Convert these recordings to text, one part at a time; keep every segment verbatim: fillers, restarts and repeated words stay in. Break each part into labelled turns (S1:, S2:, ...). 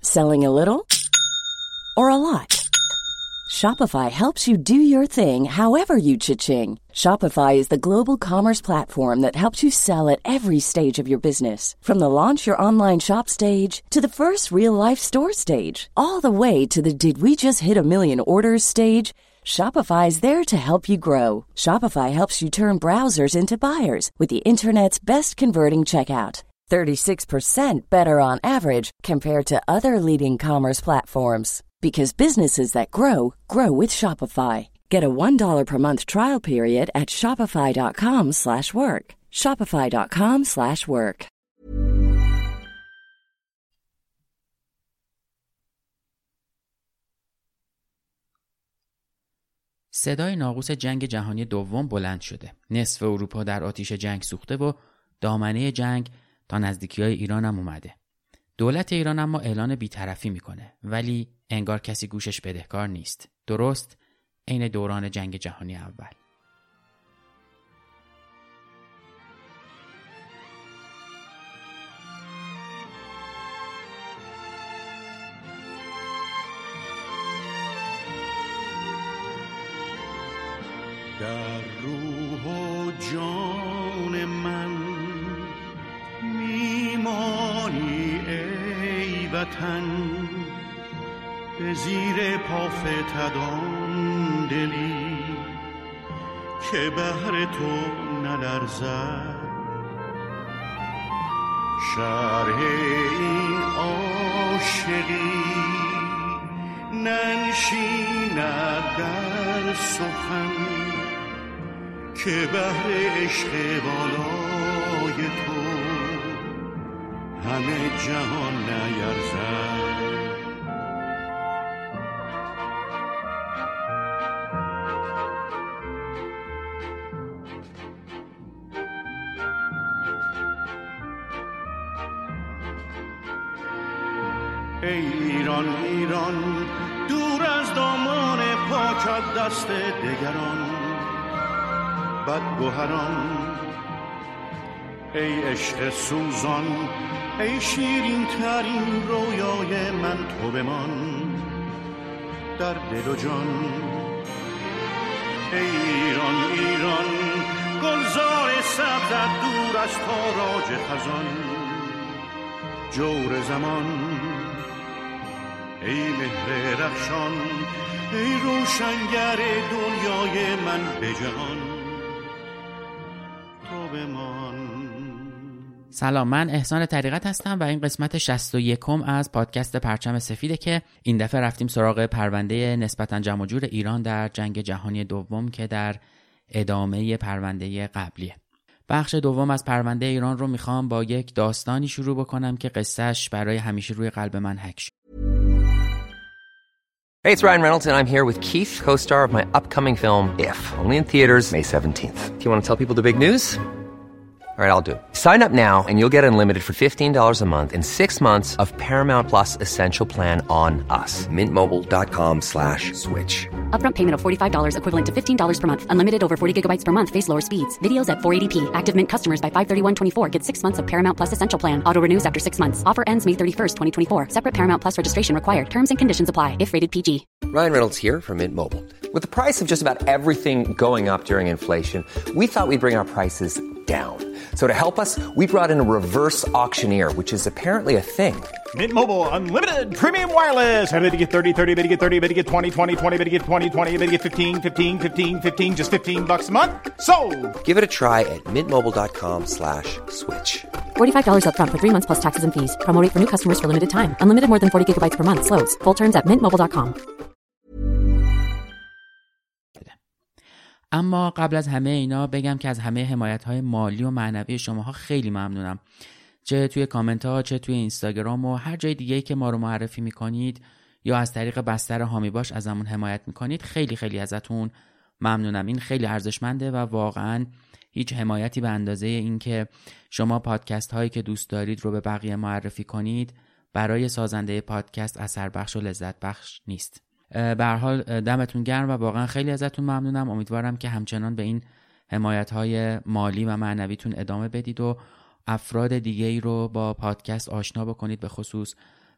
S1: Selling a little or a lot? Shopify helps you do your thing however you cha-ching. Shopify is the global commerce platform that helps you sell at every stage of your business. From the launch your online shop stage to the first real-life store stage, all the way to the did we just hit a million orders stage. Shopify is there to help you grow. Shopify helps you turn browsers into buyers with the internet's best converting checkout. thirty-six percent better on average compared to other leading commerce platforms. Because businesses that grow, grow with Shopify. Get a one dollar per month trial period at shopify.com slash work. Shopify.com slash work.
S2: صدای ناقوس جنگ جهانی دوم بلند شده. نصف اروپا در آتیش جنگ سوخته و دامنه جنگ تا نزدیکی‌های ایران هم اومده. دولت ایران اما اعلان بی‌طرفی میکنه، ولی انگار کسی گوشش بدهکار نیست. درست عین دوران جنگ جهانی اول.
S3: در روح و جان من میمانی ای وطن، به زیر پا فتدان دلی که بهر تو نلرزد. شرح این عاشقی ننشیند در سخن، که بهر عشق بالای تو همه جهان نیرزد. ای ایران ایران دور از دامان پاکت دست دگران بدگوهران، ای عشق سوزان ای شیرین ترین رویای من، تو بمان در دل و جان. ای ایران ایران گلزار سبزت دور از تاراج خزان، جور زمان ای مهر رخشان ای روشنگر دنیای من به جهان، تو بمان.
S2: سلام، من احسان طریقت هستم و این قسمت شصت و یکم از پادکست پرچم سفیده که این دفعه رفتیم سراغ پرونده نسبتاً جمع و جور ایران در جنگ جهانی دوم که در ادامه پرونده قبلیه. بخش دوم از پرونده ایران رو میخوام با یک داستانی شروع بکنم که قصهش برای همیشه روی قلب من حک شد.
S4: Hey, it's Ryan Reynolds, and I'm here with Keith, co-star of my upcoming film, If, only in theaters May seventeenth. Do you want to tell people the big news? All right, I'll do it. Sign up now and you'll get unlimited for fifteen dollars a month and six months of Paramount Plus Essential Plan on us. Mint Mobile dot com slash switch.
S5: Upfront payment of forty-five dollars equivalent to fifteen dollars per month. Unlimited over forty gigabytes per month. Face lower speeds. Videos at four eighty p. Active Mint customers by five thirty-one twenty-four get six months of Paramount Plus Essential Plan. Auto renews after six months. Offer ends May thirty-first, twenty twenty-four. Separate Paramount Plus registration required. Terms and conditions apply if rated P G.
S4: Ryan Reynolds here from Mint Mobile. With the price of just about everything going up during inflation, we thought we'd bring our prices down. So to help us, we brought in a reverse auctioneer, which is apparently a thing.
S6: Mint Mobile Unlimited Premium Wireless. How to get thirty, thirty, how to get thirty, how to get twenty, twenty, twenty, how to get twenty, twenty, how to get fifteen, fifteen, fifteen, fifteen, just fifteen bucks a month? Sold!
S4: Give it a try at mintmobile.com slash switch.
S5: forty-five dollars up front for three months plus taxes and fees. Promo rate for new customers for limited time. Unlimited more than forty gigabytes per month. Slows full terms at mint mobile dot com.
S2: اما قبل از همه اینا بگم که از همه حمایت‌های مالی و معنوی شماها خیلی ممنونم. چه توی کامنت ها، چه توی اینستاگرام و هر جای دیگه‌ای که ما رو معرفی می‌کنید یا از طریق بستر هامی باش ازمون حمایت می‌کنید، خیلی خیلی ازتون ممنونم. این خیلی ارزشمنده و واقعاً هیچ حمایتی به اندازه این که شما پادکست هایی که دوست دارید رو به بقیه معرفی کنید برای سازنده پادکست اثر بخش و لذت بخش نیست. به هر حال دمتون گرم و واقعا خیلی ازتون ممنونم. امیدوارم که همچنان به این حمایت‌های مالی و معنویتون ادامه بدید و افراد دیگه‌ای رو با پادکست آشنا بکنید، به خصوص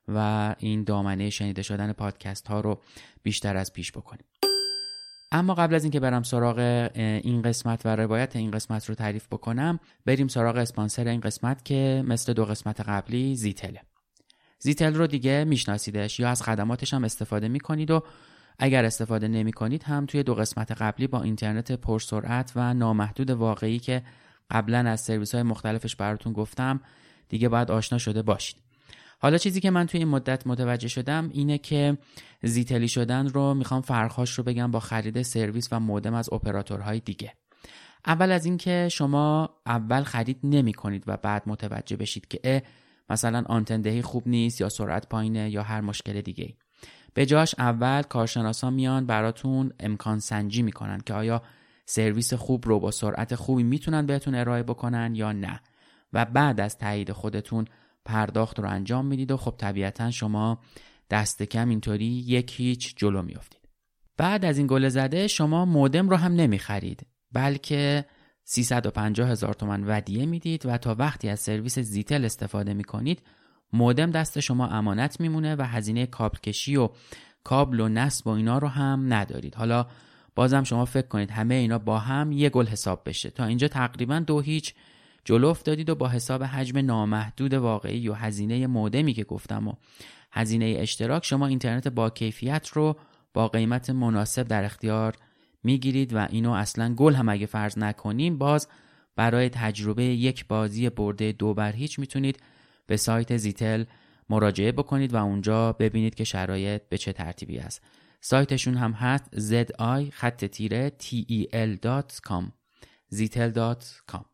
S2: و این دامنه شنیده شدن پادکست ها رو بیشتر از پیش بکنیم. اما قبل از اینکه برم سراغ این قسمت و روایت این قسمت رو تعریف بکنم، بریم سراغ اسپانسر این قسمت که مثل دو قسمت قبلی زیتله. زیتل رو دیگه میشناسیدش یا از خدماتش هم استفاده میکنید و اگر استفاده نمی کنید هم توی دو قسمت قبلی با اینترنت پرسرعت و نامحدود واقعی که قبلا از سرویس های مختلفش براتون گفتم دیگه باید آشنا شده باشید. حالا چیزی که من توی این مدت متوجه شدم اینه که زیتلی شدن رو میخوام فرقاش رو بگم با خرید سرویس و مودم از اپراتورهای دیگه. اول از این که شما اول خرید نمی کنید و بعد متوجه بشید که اه مثلا آنتن دهی خوب نیست یا سرعت پایینه یا هر مشکل دیگه. به جاش اول کارشناسا میان براتون امکان سنجی میکنن که آیا سرویس خوب رو با سرعت خوبی میتونن بهتون ارائه بکنن یا نه و بعد از تایید خودتون پرداخت رو انجام میدید و خب طبیعتا شما دست کم اینطوری یک هیچ جلو میافتید. بعد از این گل زده شما مودم رو هم نمیخرید بلکه سیصد و پنجاه هزار تومان ودیعه میدید و تا وقتی از سرویس زیتل استفاده میکنید مودم دست شما امانت میمونه و هزینه کابل کشی و کابل و نصب و اینا رو هم ندارید. حالا بازم شما فکر کنید همه اینا با هم یه گل حساب بشه. تا اینجا تقریبا دو هیچ جلو افتادید و با حساب حجم نامحدود واقعی و هزینه مودمی که گفتم و هزینه اشتراک شما اینترنت با کیفیت رو با قیمت مناسب در اختیار میگیرید و اینو اصلا گل هم اگه فرض نکنیم باز برای تجربه یک بازی برده دو بر هیچ میتونید به سایت زیتل مراجعه بکنید و اونجا ببینید که شرایط به چه ترتیبی است. سایتشون هم هست زد آی خط تیره تی ای ال دات کام زیتل دات کام.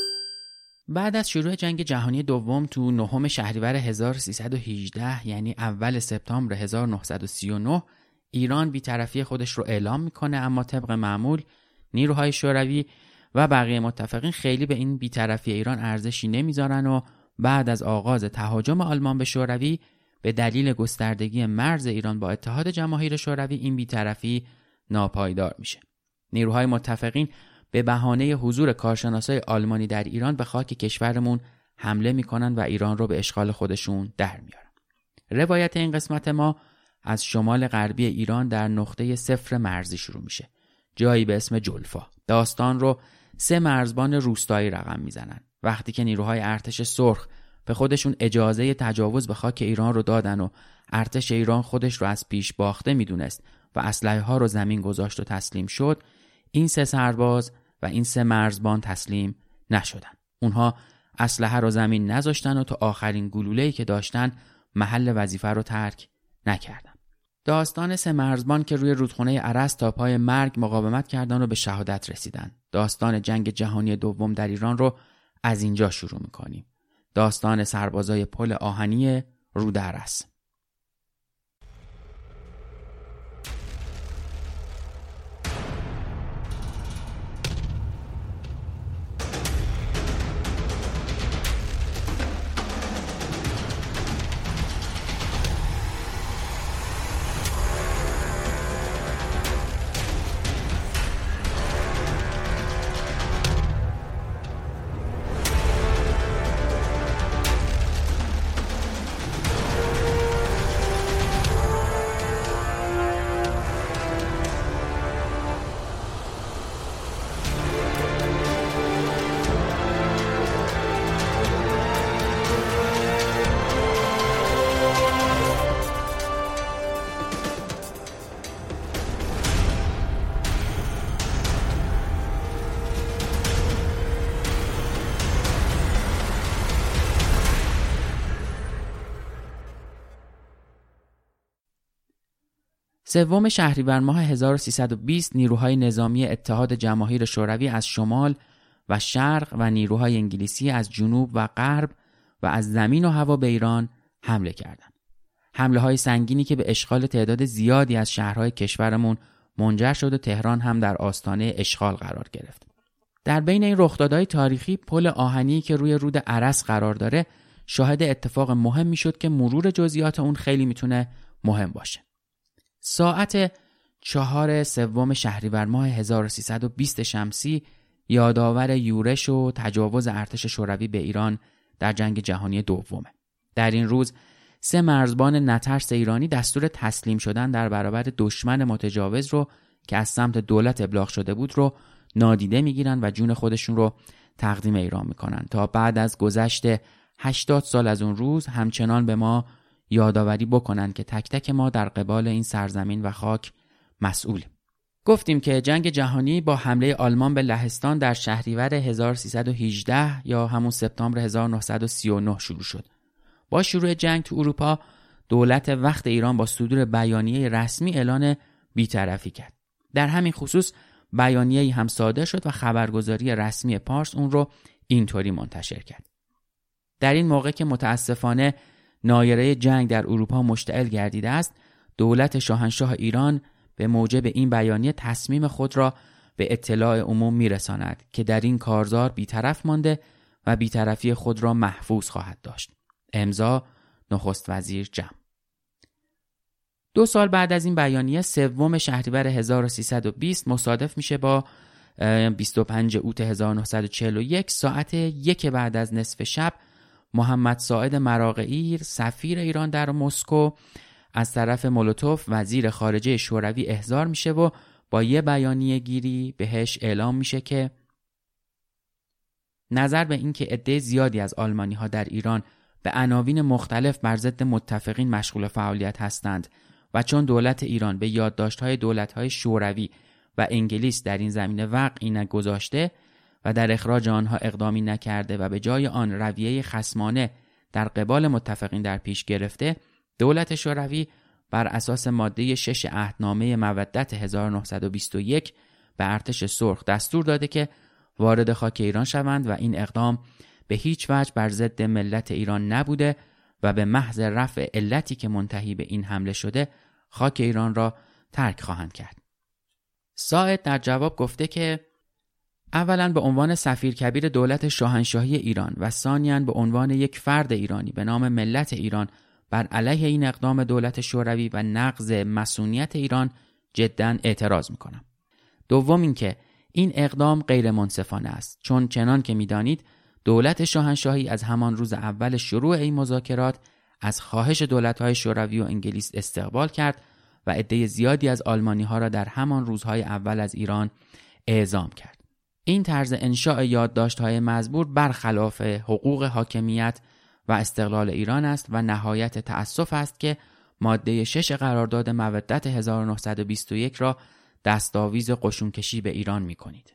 S2: بعد از شروع جنگ جهانی دوم تو نهم شهریور هزار و سیصد و هجده یعنی اول سپتامبر هزار و نهصد و سی و نه ایران بی‌طرفی خودش رو اعلام میکنه، اما طبق معمول نیروهای شوروی و بقیه متفقین خیلی به این بی‌طرفی ایران ارزشی نمیذارن و بعد از آغاز تهاجم آلمان به شوروی به دلیل گستردگی مرز ایران با اتحاد جماهیر شوروی این بی‌طرفی ناپایدار میشه. نیروهای متفقین به بهانه حضور کارشناسای آلمانی در ایران به خاک کشورمون حمله میکنن و ایران رو به اشغال خودشون در میارن. روایت این قسمت ما از شمال غربی ایران در نقطه صفر مرزی شروع میشه، جایی به اسم جلفا. داستان رو سه مرزبان روستایی رقم میزنن. وقتی که نیروهای ارتش سرخ به خودشون اجازه تجاوز به خاک ایران رو دادن و ارتش ایران خودش رو از پیش باخته میدونست و اسلحه ها رو زمین گذاشت و تسلیم شد، این سه سرباز و این سه مرزبان تسلیم نشدن. اونها اسلحه رو زمین نذاشتن و تا آخرین گلوله‌ای که داشتن محل وظیفه رو ترک نکردن. داستان سه مرزبان که روی رودخونه ارس تا پای مرگ مقاومت کردن و به شهادت رسیدن. داستان جنگ جهانی دوم در ایران رو از اینجا شروع میکنیم. داستان سربازای پل آهنی رود ارس. سوم شهریور ماه هزار و سیصد و بیست نیروهای نظامی اتحاد جماهیر شوروی از شمال و شرق و نیروهای انگلیسی از جنوب و غرب و از زمین و هوا به ایران حمله کردند. حمله های سنگینی که به اشغال تعداد زیادی از شهرهای کشورمون منجر شد و تهران هم در آستانه اشغال قرار گرفت. در بین این رخدادهای تاریخی پل آهنی که روی رود ارس قرار داره شاهد اتفاق مهم میشد که مرور جزئیات اون خیلی میتونه مهم باشه. ساعت چهار سوم شهریور ماه هزار و سیصد و بیست شمسی یادآور یورش و تجاوز ارتش شوروی به ایران در جنگ جهانی دومه. در این روز سه مرزبان نترس ایرانی دستور تسلیم شدن در برابر دشمن متجاوز رو که از سمت دولت ابلاغ شده بود رو نادیده میگیرن و جون خودشون رو تقدیم ایران میکنن تا بعد از گذشت هشتاد سال از اون روز همچنان به ما یادآوری بکنن که تک تک ما در قبال این سرزمین و خاک مسئولیم. گفتیم که جنگ جهانی با حمله آلمان به لهستان در شهریور هزار و سیصد و هجده یا همون سپتامبر هزار و نهصد و سی و نه شروع شد. با شروع جنگ تو اروپا دولت وقت ایران با صدور بیانیه رسمی اعلان بی‌طرفی کرد. در همین خصوص بیانیه‌ای هم صادر شد و خبرگزاری رسمی پارس اون رو اینطوری منتشر کرد. در این موقع که متاسفانه نایره جنگ در اروپا مشتعل گردیده است، دولت شاهنشاه ایران به موجب این بیانیه تصمیم خود را به اطلاع عموم میرساند که در این کارزار بی‌طرف مانده و بی‌طرفی خود را محفوظ خواهد داشت. امضا نخست وزیر جم. دو سال بعد از این بیانیه سوم شهریور هزار و سیصد و بیست مصادف میشه با بیست و پنجم اوت هزار و نهصد و چهل و یک ساعت یک بعد از نصف شب محمد ساعد مراغعی سفیر ایران در مسکو از طرف مولوتوف وزیر خارجه شوروی احضار میشه و با یه بیانیه گیری بهش اعلام میشه که نظر به این که عده زیادی از آلمانی ها در ایران به عناوین مختلف بر ضد متفقین مشغول فعالیت هستند و چون دولت ایران به یادداشت‌های دولت‌های شوروی و انگلیس در این زمینه وقعی نگذاشته و در اخراج آنها اقدامی نکرده و به جای آن رویه خصمانه در قبال متفقین در پیش گرفته، دولت شوروی بر اساس ماده شش عهدنامه مودت هزار و نهصد و بیست و یک به ارتش سرخ دستور داده که وارد خاک ایران شوند و این اقدام به هیچ وجه بر ضد ملت ایران نبوده و به محض رفع علتی که منتهی به این حمله شده خاک ایران را ترک خواهند کرد. ساعد در جواب گفته که اولا به عنوان سفیر کبیر دولت شاهنشاهی ایران و ثانیاً به عنوان یک فرد ایرانی به نام ملت ایران بر علیه این اقدام دولت شوروی و نقض مصونیت ایران جداً اعتراض میکنم. دوم اینکه این اقدام غیر منصفانه است، چون چنان که میدانید دولت شاهنشاهی از همان روز اول شروع این مذاکرات از خواهش دولت‌های شوروی و انگلیس استقبال کرد و عده زیادی از آلمانی‌ها را در همان روزهای اول از ایران اعزام کرد. این طرز انشاء یادداشت‌های مزبور برخلاف حقوق حاکمیت و استقلال ایران است و نهایت تأسف است که ماده شش قرارداد مودت هزار و نهصد و بیست و یک را دستاویز قشونکشی به ایران می‌کنید.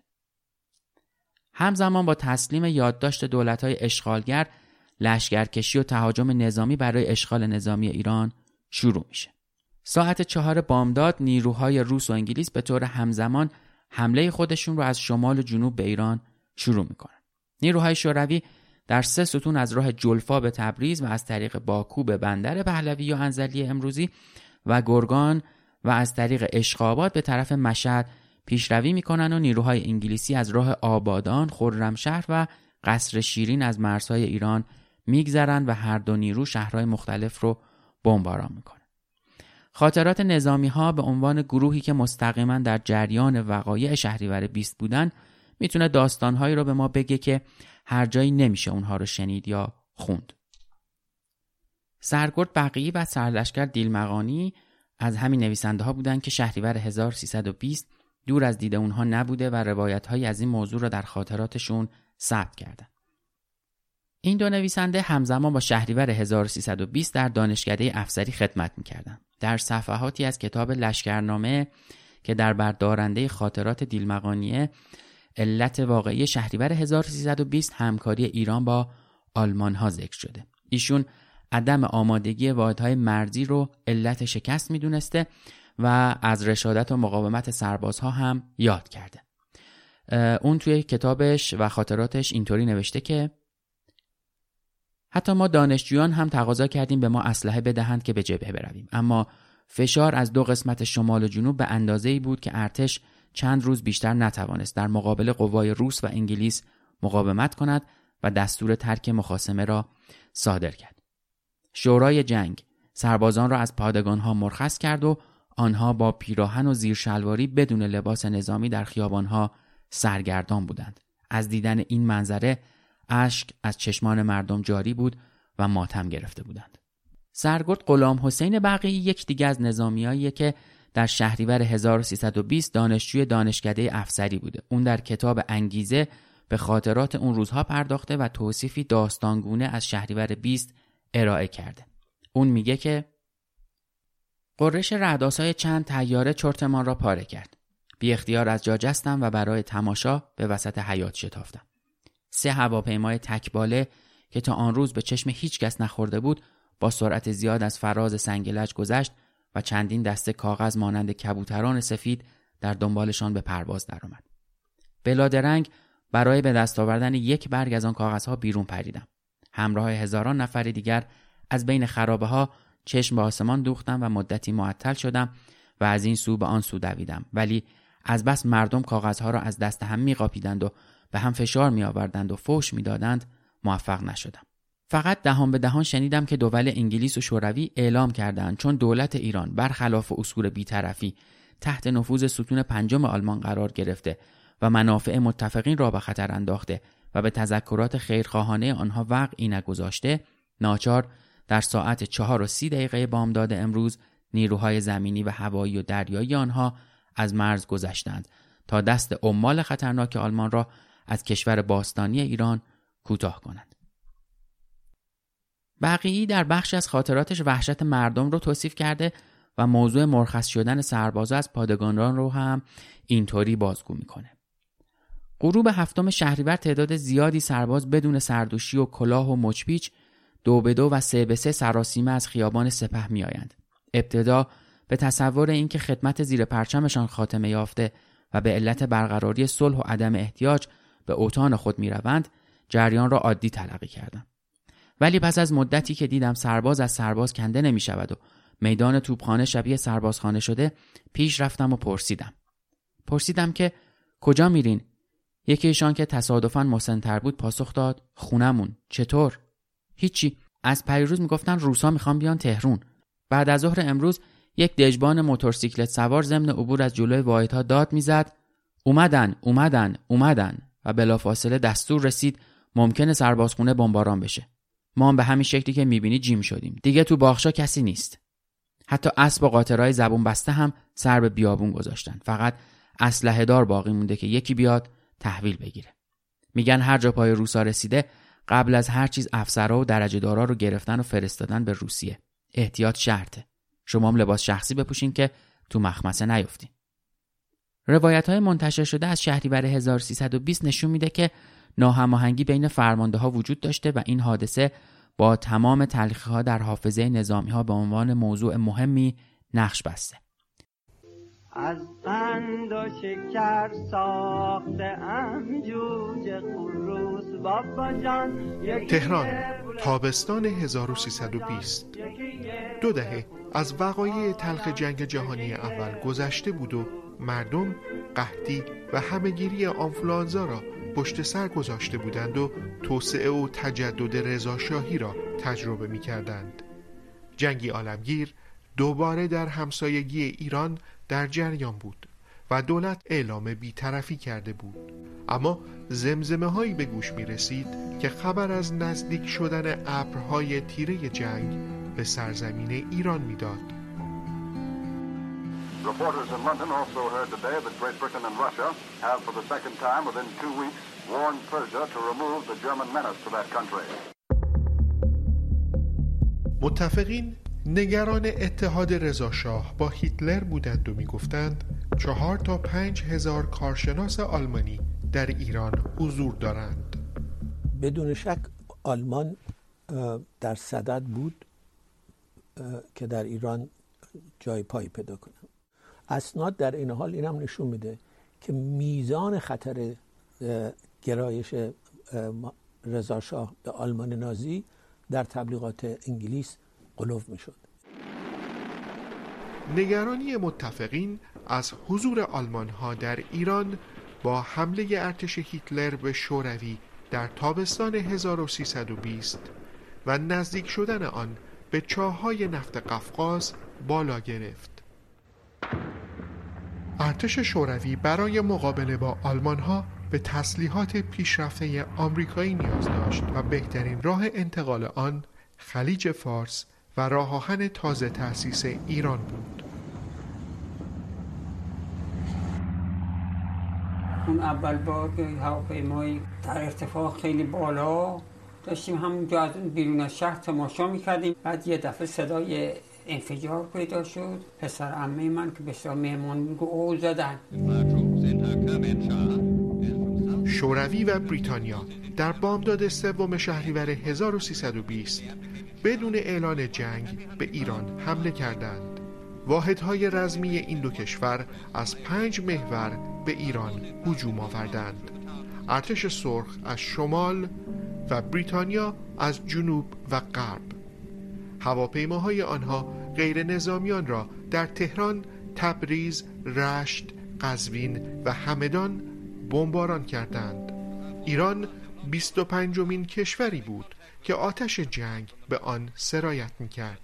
S2: همزمان با تسلیم یادداشت دولت‌های اشغالگر، لشکرکشی و تهاجم نظامی برای اشغال نظامی ایران شروع میشه. ساعت چهار بامداد نیروهای روس و انگلیس به طور همزمان حمله خودشون رو از شمال و جنوب به ایران شروع میکنن. نیروهای شوروی در سه ستون از راه جلفا به تبریز و از طریق باکو به بندر پهلوی و انزلی امروزی و گرگان و از طریق اشخابات به طرف مشهد پیشروی میکنن و نیروهای انگلیسی از راه آبادان، خرمشهر و قصر شیرین از مرزهای ایران میگذرن و هر دو نیرو شهرهای مختلف رو بمباران میکنن. خاطرات نظامی ها به عنوان گروهی که مستقیما در جریان وقایع شهریور بیست بودن میتونه داستانهایی رو به ما بگه که هر جایی نمیشه اونها رو شنید یا خوند. سرگرد بقیعی و سرلشکر دیلمغانی از همین نویسنده ها بودن که شهریور هزار و سیصد و بیست دور از دید اونها نبوده و روایت‌هایی از این موضوع را در خاطراتشون ثبت کردن. این دو نویسنده همزمان با شهریور هزار و سیصد و بیست در دانشکده افسری خدمت می‌کردند. در صفحاتی از کتاب لشکرنامه که در بردارنده خاطرات دیلمغانیه علت واقعی شهریور هزار و سیصد و بیست همکاری ایران با آلمان‌ها ذکر شده. ایشون عدم آمادگی واحدهای مرزی رو علت شکست می‌دونسته و از رشادت و مقاومت سربازها هم یاد کرده. اون توی کتابش و خاطراتش اینطوری نوشته که حتی ما دانشجویان هم تقاضا کردیم به ما اسلحه بدهند که به جبهه برویم، اما فشار از دو قسمت شمال و جنوب به اندازه‌ای بود که ارتش چند روز بیشتر نتوانست در مقابل قوای روس و انگلیس مقاومت کند و دستور ترک مخاصمه را صادر کرد. شورای جنگ سربازان را از پادگان‌ها مرخص کرد و آنها با پیراهن و زیر شلواری بدون لباس نظامی در خیابان‌ها سرگردان بودند. از دیدن این منظره اشک از چشمان مردم جاری بود و ماتم گرفته بودند. سرگرد غلام حسین بقیعی یک دیگه از نظامیاییه که در شهریور هزار و سیصد و بیست دانشجوی دانشکده افسری بوده. اون در کتاب انگیزه به خاطرات اون روزها پرداخته و توصیفی داستانگونه از شهریور بیست ارائه کرده. اون میگه که قررش رعدآسای چند طیاره چرتمان را پاره کرد. بی اختیار از جا جستم و برای تماشا به وسط حیاط شتافتم. سه هواپیمای تکباله که تا آن روز به چشم هیچ کس نخورده بود با سرعت زیاد از فراز سنگلج گذشت و چندین دسته کاغذ مانند کبوتران سفید در دنبالشان به پرواز درآمد. بلادرنگ برای به دست آوردن یک برگ از آن کاغذها بیرون پریدم. همراه هزاران نفر دیگر از بین خرابه ها چشم به آسمان دوختم و مدتی معطل شدم و از این سو به آن سو دویدم، ولی از بس مردم کاغذها را از دست هم میقاپیدند و به هم فشار می آوردند و فحش می دادند موفق نشدم. فقط دهان به دهان شنیدم که دول انگلیس و شوروی اعلام کردند چون دولت ایران برخلاف اصول بی‌طرفی تحت نفوذ ستون پنجم آلمان قرار گرفته و منافع متفقین را به خطر انداخته و به تذکرات خیرخواهانه آنها وقعی نگذاشته، ناچار در ساعت چهار و سی دقیقه بامداد امروز نیروهای زمینی و هوایی و دریایی آنها از مرز گذشتند تا دست عمال خطرناک آلمان را از کشور باستانی ایران کوتاه کنند. بقیعی در بخش از خاطراتش وحشت مردم رو توصیف کرده و موضوع مرخص شدن سربازا از پادگانان رو هم اینطوری بازگو میکنه. غروب هفتم شهریور تعداد زیادی سرباز بدون سردوشی و کلاه و مچپیچ دو به دو و سه به سه سراسیمه از خیابان سپه می آیند. ابتدا به تصور اینکه خدمت زیر پرچمشان خاتمه یافته و به علت برقراری صلح و عدم احتیاج به اوطان خود می روند، جریان را عادی تلقی کردم. ولی پس از مدتی که دیدم سرباز از سرباز کنده نمی شود و میدان توپخانه شبیه سربازخانه شده، پیش رفتم و پرسیدم. پرسیدم که کجا میرین؟ یکی ایشان که تصادفاً مسن‌تر بود پاسخ داد خونمون. چطور؟ هیچی. از پریروز میگفتن روسا میخوان بیان تهرون. بعد از ظهر امروز یک دژبان موتورسیکلت سوار ضمن عبور از جلوی واحدها داد میزد اومدن اومدن اومدن و بلافاصله دستور رسید ممکنه سربازخونه بمباران بشه. ما هم به همین شکلی که میبینی جیم شدیم. دیگه تو باغچه کسی نیست. حتی اسب و قاطرهای زبون بسته هم سر به بیابون گذاشتن. فقط اسلحه دار باقی مونده که یکی بیاد تحویل بگیره. میگن هر جا پای روسا رسیده قبل از هر چیز افسرها و درجه دارا رو گرفتن و فرستادن به روسیه. احتیاط شرطه. شما هم لباس شخصی بپوشین که تو مخمسه نیفتین. روایت‌های منتشر شده از شهریور هزار و سیصد و بیست نشون میده که ناهماهنگی بین فرمانده‌ها وجود داشته و این حادثه با تمام تلخی‌ها در حافظه نظامی‌ها به عنوان موضوع مهمی نقش بسته.
S7: از قند و شکر ساخته ام جوجه خروس بابا جان.
S8: تهران، تابستان هزار و سیصد و بیست. دو دهه از وقایع تلخ جنگ جهانی اول گذشته بود و مردم قحطی و همهگیری آنفلوانزا را پشت سر گذاشته بودند و توسعه و تجدد رضاشاهی را تجربه می کردند. جنگی عالمگیر دوباره در همسایگی ایران در جریان بود و دولت اعلام بی‌طرفی کرده بود، اما زمزمه هایی به گوش می رسید که خبر از نزدیک شدن ابرهای تیره جنگ به سرزمین ایران می داد.
S9: Reporters in London also heard today that Great Britain and Russia have for the second time within two weeks warned Persia to remove the German menace to that country.
S8: متفقین نگران اتحاد رضاشاه با هیتلر بودند و میگفتند چهار تا پنج هزار کارشناس آلمانی در ایران حضور دارند.
S10: بدون شک آلمان در صدد بود که در ایران جای پای پیدا کنه. اسناد در این حال اینم نشون میده که میزان خطر گرایش رضاشاه به آلمان نازی در تبلیغات انگلیس غلو میشد.
S8: نگرانی متفقین از حضور آلمان ها در ایران با حمله ارتش هیتلر به شوروی در تابستان هزار و سیصد و بیست و نزدیک شدن آن به چاه‌های نفت قفقاز بالا گرفت. ارتش شوروی برای مقابله با آلمان ها به تسلیحات پیشرفته آمریکایی نیاز داشت و بهترین راه انتقال آن خلیج فارس و راه آهن تازه تأسیس ایران بود.
S11: اون اول بار که هواپیمایی در ارتفاع خیلی بالا داشتیم همونجا از اون بیرون از شهر تماشا میکردیم، بعد یه دفعه صدای انفجار پیدا شد. پسر عمه من که بسیار مهمان بود او زدن.
S8: شوروی و بریتانیا در بامداد سوم شهریور هزار و سیصد و بیست بدون اعلان جنگ به ایران حمله کردند. واحدهای رزمی این دو کشور از پنج محور به ایران هجوم آوردند. ارتش سرخ از شمال و بریتانیا از جنوب و غرب. هواپیماهای آنها غیر نظامیان را در تهران، تبریز، رشت، قزوین و همدان بمباران کردند. ایران بیست و پنجمین کشوری بود که آتش جنگ به آن سرایت می‌کرد.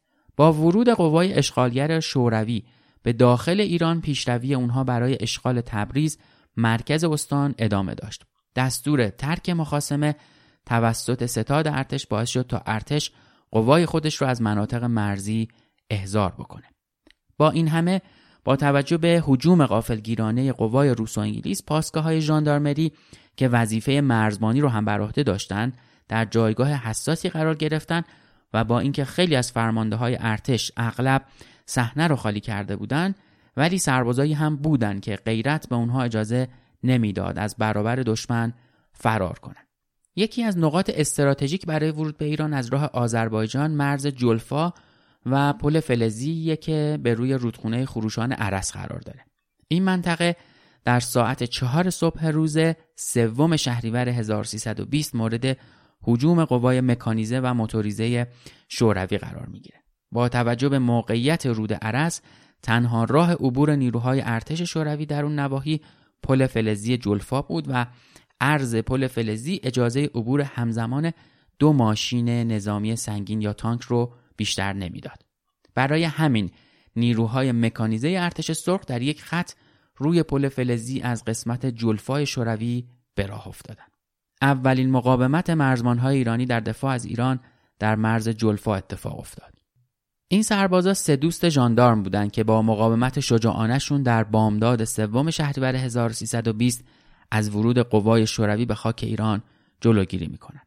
S2: با ورود قوای اشغالگر شوروی به داخل ایران، پیشروی اونها برای اشغال تبریز، مرکز استان، ادامه داشت. دستور ترک مخاصمه توسط ستاد ارتش باعث شد تا ارتش قوای خودش رو از مناطق مرزی احضار بکنه. با این همه، با توجه به هجوم غافلگیرانه قوای روس و انگلیس، پاسگاه‌های ژاندارمری که وظیفه مرزبانی رو هم بر عهده داشتن در جایگاه حساسی قرار گرفتن و با اینکه خیلی از فرمانده‌های ارتش اغلب صحنه رو خالی کرده بودن، ولی سربازایی هم بودن که غیرت به اونها اجازه نمیداد از برابر دشمن فرار کنن. یکی از نقاط استراتژیک برای ورود به ایران از راه آذربایجان مرز جلفا و پل فلزی که به روی رودخونه خروشان ارس قرار داره. این منطقه در ساعت چهار صبح روز سوم شهریور هزار و سیصد و بیست مورد هجوم قوای مکانیزه و موتوریزه شوروی قرار میگیره. با توجه به موقعیت رود ارس، تنها راه عبور نیروهای ارتش شوروی در اون نواحی پل فلزی جلفا بود و عرض پل فلزی اجازه عبور همزمان دو ماشین نظامی سنگین یا تانک رو بیشتر نمیداد. برای همین نیروهای مکانیزه ارتش سرخ در یک خط روی پل فلزی از قسمت جلفای شوروی به راه افتادند. اولین مقاومت مرزبان‌های ایرانی در دفاع از ایران در مرز جلفا اتفاق افتاد. این سربازا سه دوست ژاندارم بودند که با مقاومت شجاعانه‌شون در بامداد سوم شهریور هزار و سیصد و بیست از ورود قوای شوروی به خاک ایران جلوگیری می‌کنند.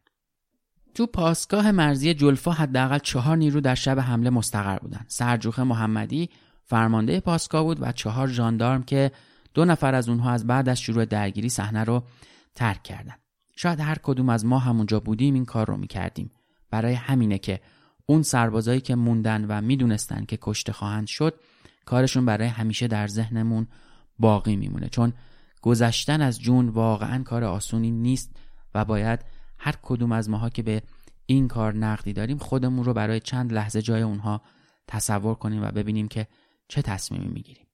S2: تو پاسگاه مرزی جلفا حداقل چهار نیرو در شب حمله مستقر بودند. سرجوخه محمدی فرمانده پاسگاه بود و چهار ژاندارم که دو نفر از اونها از بعد از شروع درگیری صحنه رو ترک کردند. شاید هر کدوم از ما همونجا بودیم این کار رو می‌کردیم. برای همینه که اون سربازایی که موندن و میدونستن که کشته خواهند شد، کارشون برای همیشه در ذهنمون باقی میمونه، چون گذشتن از جون واقعا کار آسونی نیست و باید هر کدوم از ماها که به این کار نقدی داریم خودمون رو برای چند لحظه جای اونها تصور کنیم و ببینیم که چه تصمیمی میگیریم.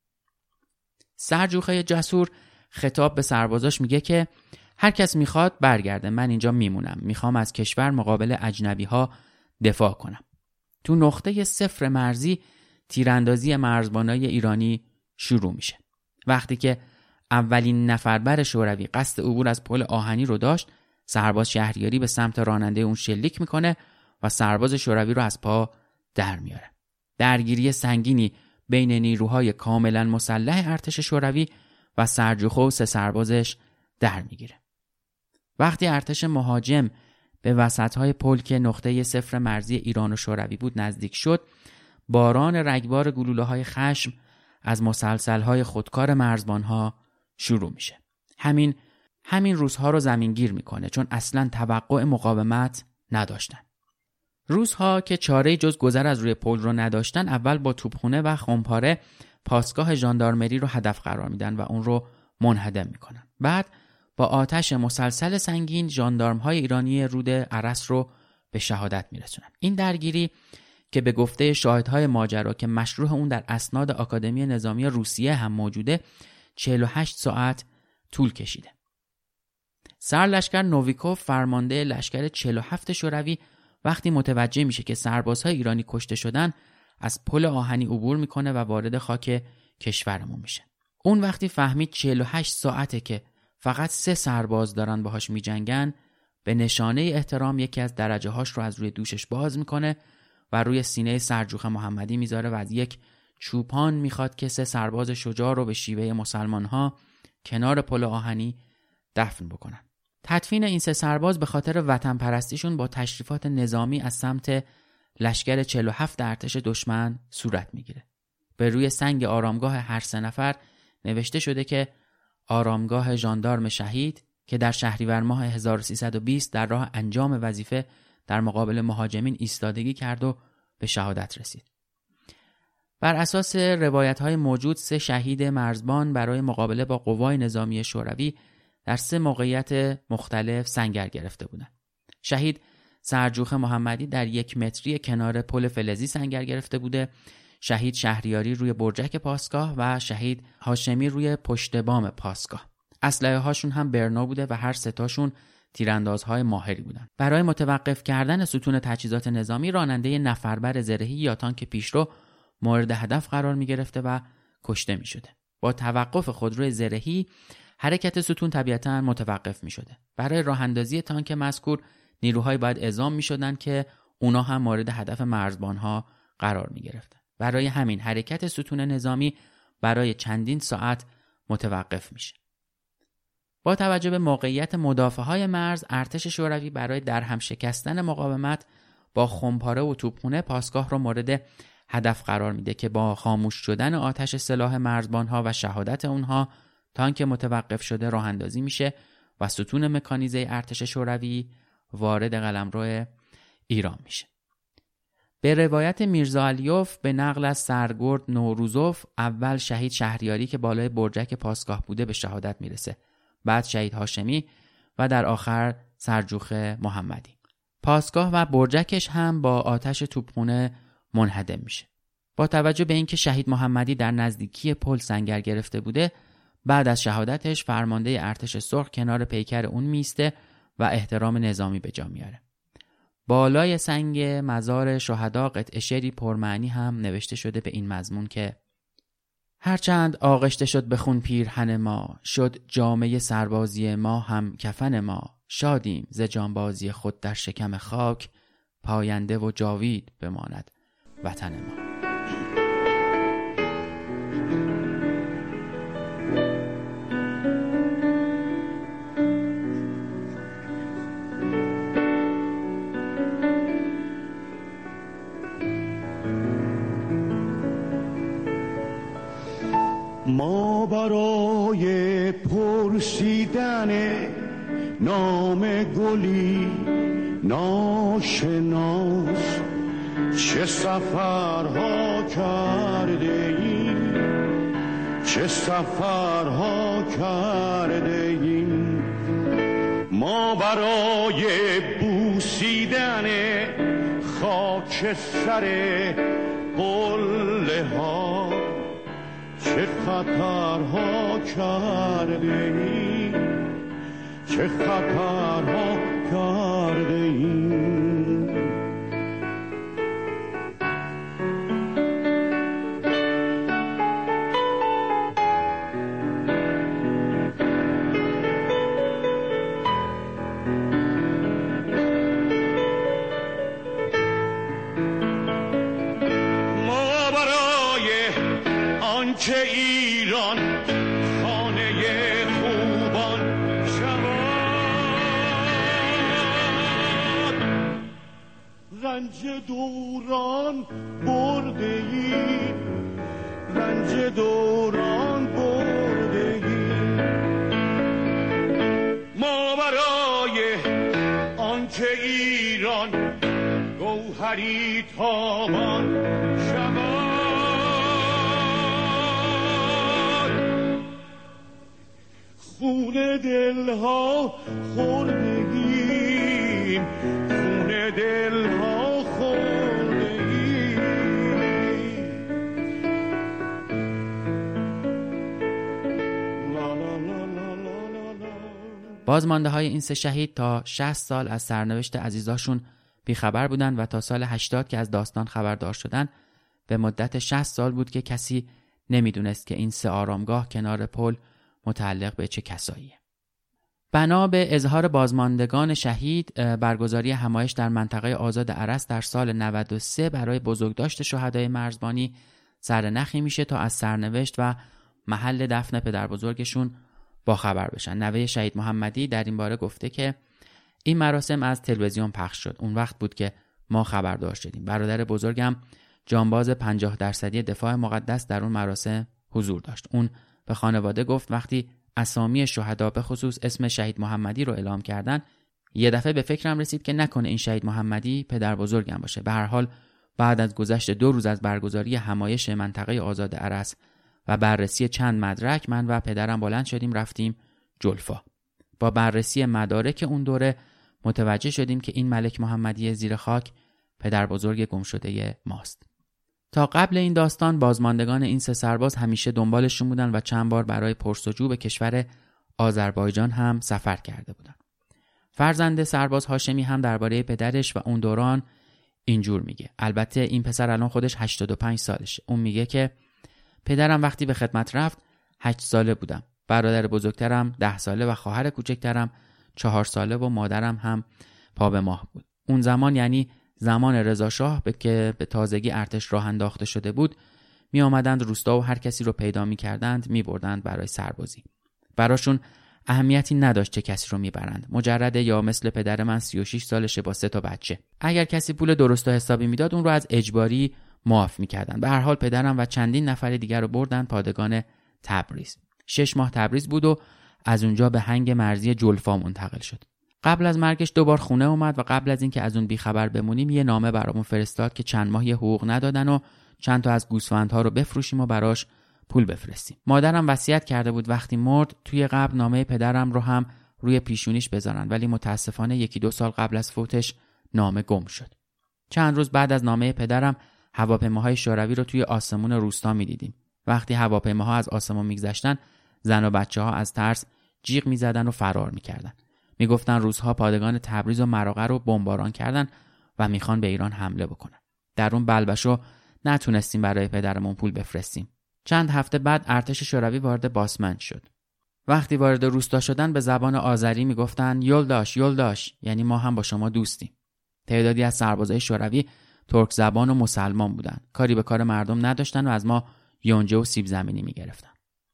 S2: سرجوخه جسور خطاب به سربازاش میگه که هر کس میخواد برگرده، من اینجا میمونم، میخوام از کشور مقابل اجنبی ها دفاع کنم. تو نقطه صفر مرزی تیراندازی مرزبانای ایرانی شروع میشه. وقتی که اولین نفربر شوروی قصد عبور از پل آهنی رو داشت، سرباز شهریاری به سمت راننده اون شلیک میکنه و سرباز شوروی رو از پا در میاره. درگیری سنگینی بین نیروهای کاملا مسلح ارتش شوروی و سرجوخه و سه سربازش در میگیره. وقتی ارتش مهاجم به وسطهای پل که نقطه صفر مرزی ایران و شوروی بود نزدیک شد، باران رگبار گلوله‌های خشم از مسلسل‌های خودکار مرزبان‌ها شروع میشه. همین همین روس‌ها رو زمینگیر میکنه، چون اصلاً توقع مقاومت نداشتن. روس‌ها که چاره‌ای جز گذر از روی پل رو نداشتن، اول با توپخونه و خمپاره پاسگاه ژاندارمری رو هدف قرار میدن و اون رو منهدم میکنن. بعد با آتش مسلسل سنگین ژاندارم‌های ایرانی رود ارس رو به شهادت میرسونن. این درگیری که به گفته شاهدهای ماجرا که مشروح اون در اسناد آکادمی نظامی روسیه هم موجوده، چهل و هشت ساعت طول کشیده. سرلشکر نویکوف فرمانده لشکر چهل و هفت شوروی وقتی متوجه میشه که سربازهای ایرانی کشته شدن، از پل آهنی عبور میکنه و وارد خاک کشورمون میشه. اون وقتی فهمید چهل و هشت ساعته که فقط سه سرباز دارن باهاش میجنگن، به نشانه احترام یکی از درجه هاش رو از روی دوشش باز میکنه و روی سینه سرجوخ محمدی میذاره و از یک چوپان میخواد که سه سرباز شجاع رو به شیوه مسلمان‌ها کنار پل آهنی دفن بکنن. تدفین این سه سرباز به خاطر وطن پرستیشون با تشریفات نظامی از سمت لشکر چهل و هفت ارتش دشمن صورت میگیره. به روی سنگ آرامگاه هر سه نفر نوشته شده که آرامگاه ژاندارم شهید که در شهریور ماه هزار و سیصد و بیست در راه انجام وظیفه در مقابل مهاجمین ایستادگی کرد و به شهادت رسید. بر اساس روایت‌های موجود سه شهید مرزبان برای مقابله با قوای نظامی شوروی در سه موقعیت مختلف سنگر گرفته بودند. شهید سرجوخ محمدی در یک متری کنار پل فلزی سنگر گرفته بوده، شهید شهریاری روی برجک پاسگاه و شهید هاشمی روی پشت بام پاسگاه. اسلحه هاشون هم برنا بوده و هر سه تاشون تیراندازهای ماهری بودن. برای متوقف کردن ستون تجهیزات نظامی راننده نفربر زرهی یا تانک پیشرو مورد هدف قرار می گرفته و کشته می شده. با توقف خودروی زرهی حرکت ستون طبیعتاً متوقف می شده. برای راه اندازی تانک مذکور نیروهای باید اعزام می شدن که اونا هم مورد هدف مرزبانها قرار می گرفتن. برای همین حرکت ستون نظامی برای چندین ساعت متوقف میشه. با توجه به موقعیت مدافعهای مرز، ارتش شوروی برای درهم شکستن مقاومت با خمپاره و توپخانه پاسگاه را مورد هدف قرار میده که با خاموش شدن آتش سلاح مرزبانها و شهادت اونها تانک متوقف شده راه اندازی میشه و ستون مکانیزه ارتش شوروی وارد قلمرو ایران میشه. به روایت میرزا علیوف به نقل از سرگرد نوروزوف اول شهید شهریاری که بالای برجک پاسگاه بوده به شهادت میرسه، بعد شهید هاشمی و در آخر سرجوخ محمدی. پاسگاه و برجکش هم با آتش توپخانه منهدم میشه. با توجه به اینکه شهید محمدی در نزدیکی پل سنگر گرفته بوده، بعد از شهادتش فرمانده ارتش سرخ کنار پیکر اون میسته و احترام نظامی به جا میاره. بالای سنگ مزار شهدا قطعه شعری پرمعنی هم نوشته شده به این مضمون که هرچند آغشته شد به خون پیرهن ما، شد جامه سربازی ما هم کفن ما، شادیم ز جانبازی خود در شکم خاک، پاینده و جاوید بماند وطن ما.
S3: ما برای پرسیدن نام گلی ناشناس چه سفرها کرده ایم، چه سفرها کرده ایم. ما برای بوسیدن خاک سر قله ها چه خطرها کرده ایم، چه خطرها کرده ایم. که ایران خانه خوبان شود، رنج دوران برده ای، رنج دوران برده ای. ما برای آنکه ایران گوهری تابان شود، خون دلها خوردگیم، خون دلها خوردگیم.
S2: بازمانده های این سه شهید تا شصت سال از سرنوشت عزیزاشون بیخبر بودن و تا سال هشتاد که از داستان خبردار شدن به مدت شصت سال بود که کسی نمیدونست که این سه آرامگاه کنار پل متعلق به چه کساییه. بنا به اظهار بازماندگان شهید، برگزاری همایش در منطقه آزاد ارس در سال نود و سه برای بزرگداشت شهدای مرزبانی سرنخی میشه تا از سرنوشت و محل دفن پدر بزرگشون با خبر بشن. نوه شهید محمدی در این باره گفته که این مراسم از تلویزیون پخش شد. اون وقت بود که ما خبردار شدیم. برادر بزرگم جانباز پنجاه درصدی دفاع مقدس در اون مراسم حضور داشت. اون به خانواده گفت وقتی اسامی شهدا به خصوص اسم شهید محمدی رو اعلام کردن، یه دفعه به فکرم رسید که نکنه این شهید محمدی پدر بزرگم باشه. به هر حال بعد از گذشت دو روز از برگزاری همایش منطقه آزاد ارس و بررسی چند مدرک، من و پدرم بلند شدیم رفتیم جلفا. با بررسی مدارک اون دوره متوجه شدیم که این ملک محمدی زیر خاک پدر بزرگ گمشده ماست. تا قبل این داستان بازماندگان این سه سرباز همیشه دنبالشون بودن و چند بار برای پرسجو به کشور آذربایجان هم سفر کرده بودن. فرزند سرباز هاشمی هم درباره پدرش و اون دوران اینجور میگه. البته این پسر الان خودش هشتاد و پنج سالشه. اون میگه که پدرم وقتی به خدمت رفت هشت ساله بودم. برادر بزرگترم ده ساله و خواهر کوچکترم چهار ساله و مادرم هم پا به ماه بود. اون زمان یعنی زمان رضا شاه به که به تازگی ارتش راه انداخته شده بود، می آمدند روستا و هر کسی رو پیدا می کردند می بردند برای سربازی. براشون اهمیتی نداشت چه کسی رو می برند. مجرده یا مثل پدر من سی و شش سالشه با سه تا بچه. اگر کسی پول درست و حسابی میداد اون رو از اجباری معاف می کردند. به هر حال پدرم و چندین نفر دیگر رو بردند پادگان تبریز. شش ماه تبریز بود و از اونجا به هنگ مرزی جلفا منتقل شد. قبل از مرگش دوبار خونه اومد و قبل از اینکه از اون بیخبر بمونیم یه نامه برامون فرستاد که چند ماه یه حقوق ندادن و چند تا از گوسفندها رو بفروشیم و براش پول بفرستیم. مادرم وصیت کرده بود وقتی مرد توی قبر نامه پدرم رو هم روی پیشونیش بذارن، ولی متاسفانه یکی دو سال قبل از فوتش نامه گم شد. چند روز بعد از نامه پدرم هواپیماهای شوروی رو توی آسمون روستا می‌دیدیم. وقتی هواپیماها از آسمون می‌گذشتن زن و بچه‌ها از ترس جیغ می‌زدن و فرار می‌کردن. میگفتن روس‌ها پادگان تبریز و مراغه رو بمباران کردن و میخوان به ایران حمله بکنن. در اون بلبشو نتونستیم برای پدرمون پول بفرستیم. چند هفته بعد ارتش شوروی وارد باسمنت شد. وقتی وارد روستا شدن به زبان آذری میگفتن یولداش یولداش، یعنی ما هم با شما دوستیم. تعدادی از سربازای شوروی ترک زبان و مسلمان بودن. کاری به کار مردم نداشتن و از ما یونجه و سیب زمینی میگرفتن.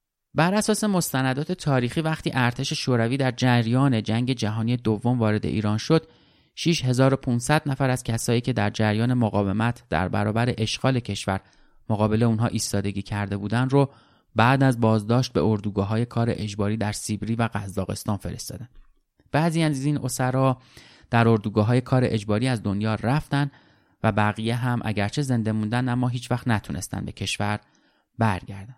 S2: بر اساس مستندات تاریخی وقتی ارتش شوروی در جریان جنگ جهانی دوم وارد ایران شد، شش هزار و پانصد نفر از کسایی که در جریان مقاومت در برابر اشغال کشور مقابل اونها ایستادگی کرده بودن رو بعد از بازداشت به اردوگاه‌های کار اجباری در سیبری و قزاقستان فرستادن. بعضی از این اسرا در اردوگاه‌های کار اجباری از دنیا رفتن و بقیه هم اگرچه زنده موندن اما هیچ وقت نتونستن به کشور برگردن.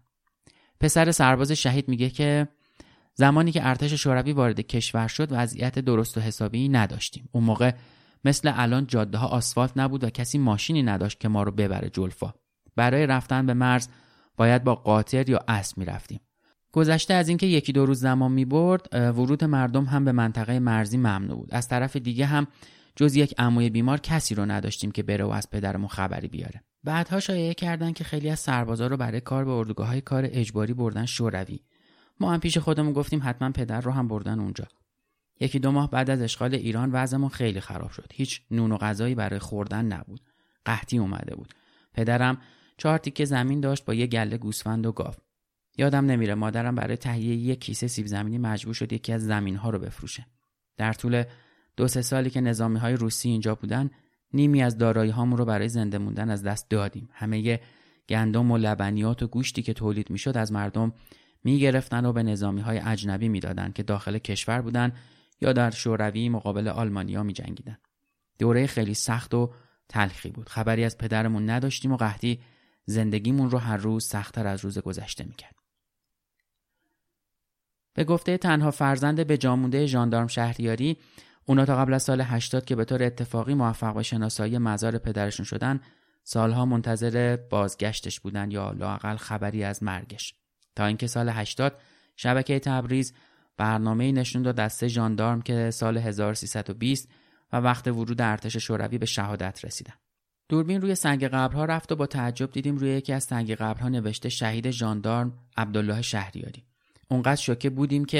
S2: پسر سرباز شهید میگه که زمانی که ارتش شوروی وارد کشور شد وضعیت درست و حسابی نداشتیم. اون موقع مثل الان جاده ها آسفالت نبود و کسی ماشینی نداشت که ما رو ببره جلفا. برای رفتن به مرز باید با قاطر یا اسب میرفتیم. گذشته از اینکه یکی دو روز زمان میبرد، ورود مردم هم به منطقه مرزی ممنوع بود. از طرف دیگه هم جز یک عموی بیمار کسی رو نداشتیم که بره و از پدرمون خبری بیاره. بعدها شایعه کردن که خیلی از سربازا رو برای کار به اردوگاه‌های کار اجباری بردن شوروی. ما هم پیش خودمون گفتیم حتما پدر رو هم بردن اونجا. یکی دو ماه بعد از اشغال ایران وضعمون خیلی خراب شد. هیچ نون و غذایی برای خوردن نبود. قحطی اومده بود. پدرم چهار تیکه زمین داشت با یه گله گوسفند و گاو. یادم نمیره مادرم برای تهیه یک کیسه سیب زمینی مجبور شد یکی از زمین‌ها رو بفروشه. در طول دو سه سالی که نظامی‌های روسی اینجا بودن، نیمی از دارایی‌هامون رو برای زنده موندن از دست دادیم. همه گندم و لبنیات و گوشتی که تولید میشد از مردم میگرفتن و به نظامی‌های اجنبی میدادن که داخل کشور بودن یا در شوروی مقابل آلمانیا میجنگیدن. دوره خیلی سخت و تلخی بود. خبری از پدرمون نداشتیم و قحطی زندگیمون رو هر روز سخت‌تر از روز گذشته میکرد. به گفته تنها فرزند به جا مونده ژاندارم شهریاری، اونا تا قبل از سال هشتاد که به طور اتفاقی موفق به شناسایی مزار پدرشون شدن، سالها منتظر بازگشتش بودن یا لااقل خبری از مرگش. تا اینکه سال هشتاد شبکه تبریز برنامه‌ای نشون داد دسته ژاندارم که سال هزار و سیصد و بیست و وقت ورود ارتش شوروی به شهادت رسیدن. دوربین روی سنگ قبرها رفت و با تعجب دیدیم روی یکی از سنگ قبرها نوشته شهید ژاندارم عبدالله شهریاری. اونقدر شوکه بودیم که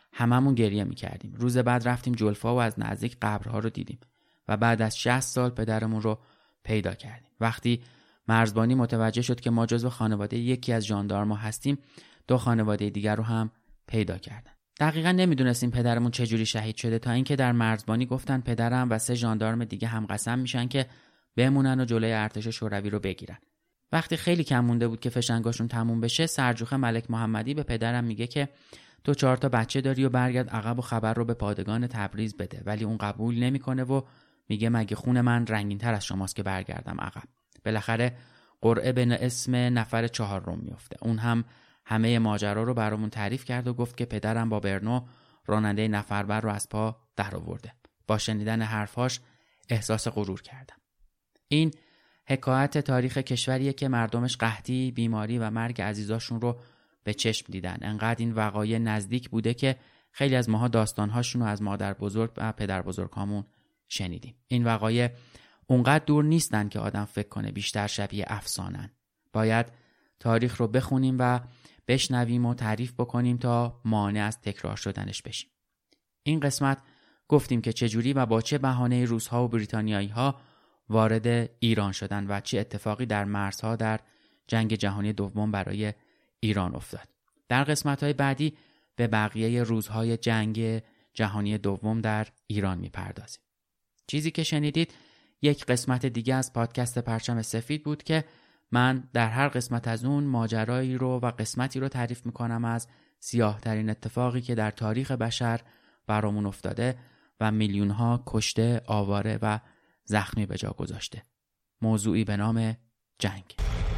S2: هممون گریه میکردیم. روز بعد رفتیم جلفا و از نزدیک قبرها رو دیدیم و بعد از شصت سال پدرمون رو پیدا کردیم. وقتی مرزبانی متوجه شد که ما جزو خانواده یکی از ژاندارما هستیم، دو خانواده دیگر رو هم پیدا کردن. دقیقاً نمیدونستیم پدرمون چجوری شهید شده تا اینکه در مرزبانی گفتن پدرم و سه ژاندارم دیگه هم قسم میشن که بمونن و جلوی ارتش شوروی رو بگیرن. وقتی خیلی کم مونده بود که فشنگاشون تموم بشه، سرجوخه ملک محمدی به پدرم میگه که تو چهار تا بچه داری و برگرد عقب و خبر رو به پادگان تبریز بده، ولی اون قبول نمیکنه و میگه مگه خون من رنگین‌تر از شماست که برگردم عقب. بالاخره قرعه به اسم نفر چهارم میفته. اون هم همه ماجرا رو برامون تعریف کرد و گفت که پدرم با برنو راننده نفربر رو از پا در آورده. با شنیدن حرفاش احساس غرور کردم. این حکایت تاریخ کشوریه که مردمش قحطی، بیماری و مرگ عزیزاشون رو به چشم دیدن. انقدر این وقایع نزدیک بوده که خیلی از ماها داستانهاشون رو از مادر بزرگ و پدر بزرگامون شنیدیم. این وقایع اونقدر دور نیستن که آدم فکر کنه بیشتر شبیه افسانن. باید تاریخ رو بخونیم و بشنویم و تعریف بکنیم تا مانع از تکرار شدنش بشیم. این قسمت گفتیم که چجوری و با چه بهانه روس‌ها و بریتانیایی‌ها وارد ایران شدن و چه اتفاقی در مرزها در جنگ جهانی دوم برای ایران افتاد. در قسمت‌های بعدی به بقیه روزهای جنگ جهانی دوم در ایران می‌پردازیم. چیزی که شنیدید یک قسمت دیگه از پادکست پرچم سفید بود که من در هر قسمت از اون ماجرایی رو و قسمتی رو تعریف میکنم از سیاه ترین اتفاقی که در تاریخ بشر برامون افتاده و میلیون ها کشته، آواره و زخمی به جا گذاشته. موضوعی به نام جنگ.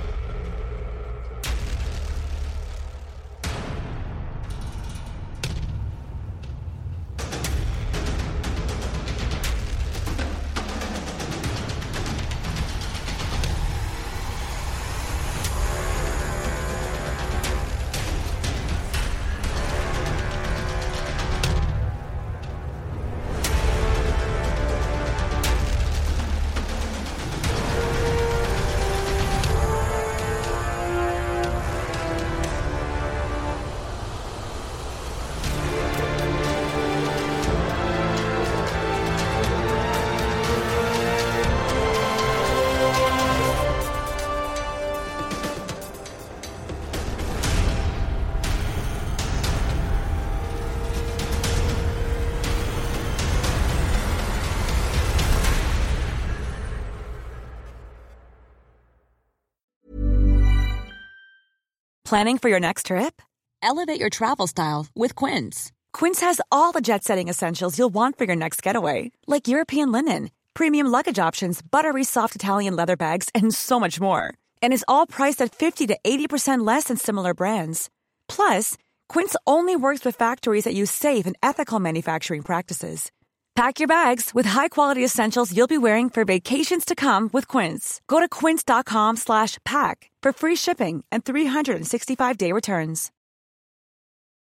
S12: Planning for your next trip? Elevate your travel style with Quince. Quince has all the jet-setting essentials you'll want for your next getaway, like European linen, premium luggage options, buttery soft Italian leather bags, and so much more. And is all priced at fifty to eighty percent less than similar brands. Plus, Quince only works with factories that use safe and ethical manufacturing practices. Pack your bags with high-quality essentials you'll be wearing for vacations to come with Quince. Go to quince.com slash pack for free shipping and three sixty-five day returns.